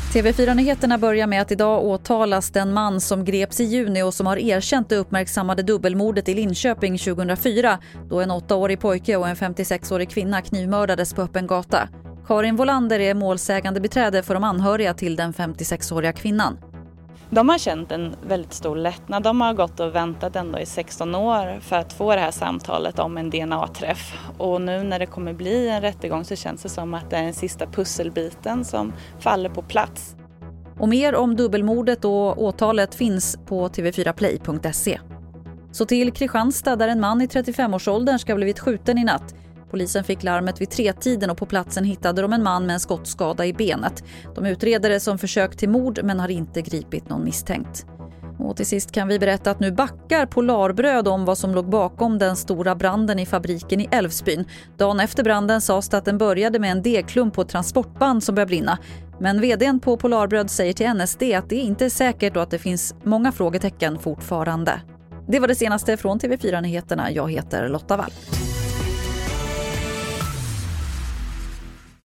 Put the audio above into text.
TV4-nyheterna börjar med att idag åtalas den man som greps i juni och som har erkänt det uppmärksammade dubbelmordet i Linköping 2004 då en 8-årig pojke och en 56-årig kvinna knivmördades på öppen gata. Karin Volander är målsägande beträde för de anhöriga till den 56-åriga kvinnan. De har känt en väldigt stor lättnad. De har gått och väntat ändå i 16 år för att få det här samtalet om en DNA-träff. Och nu när det kommer bli en rättegång så känns det som att det är den sista pusselbiten som faller på plats. Och mer om dubbelmordet och åtalet finns på tv4play.se. Så till Kristianstad där en man i 35-årsåldern ska ha blivit skjuten i natt. Polisen fick larmet vid 3-tiden och på platsen hittade de en man med en skottskada i benet. De utreder det som försök till mord men har inte gripit någon misstänkt. Och till sist kan vi berätta att nu backar Polarbröd om vad som låg bakom den stora branden i fabriken i Älvsbyn. Dagen efter branden sades att den började med en degklump på ett transportband som började brinna. Men vdn på Polarbröd säger till NSD att det inte är säkert och att det finns många frågetecken fortfarande. Det var det senaste från TV4-nyheterna. Jag heter Lotta Wall.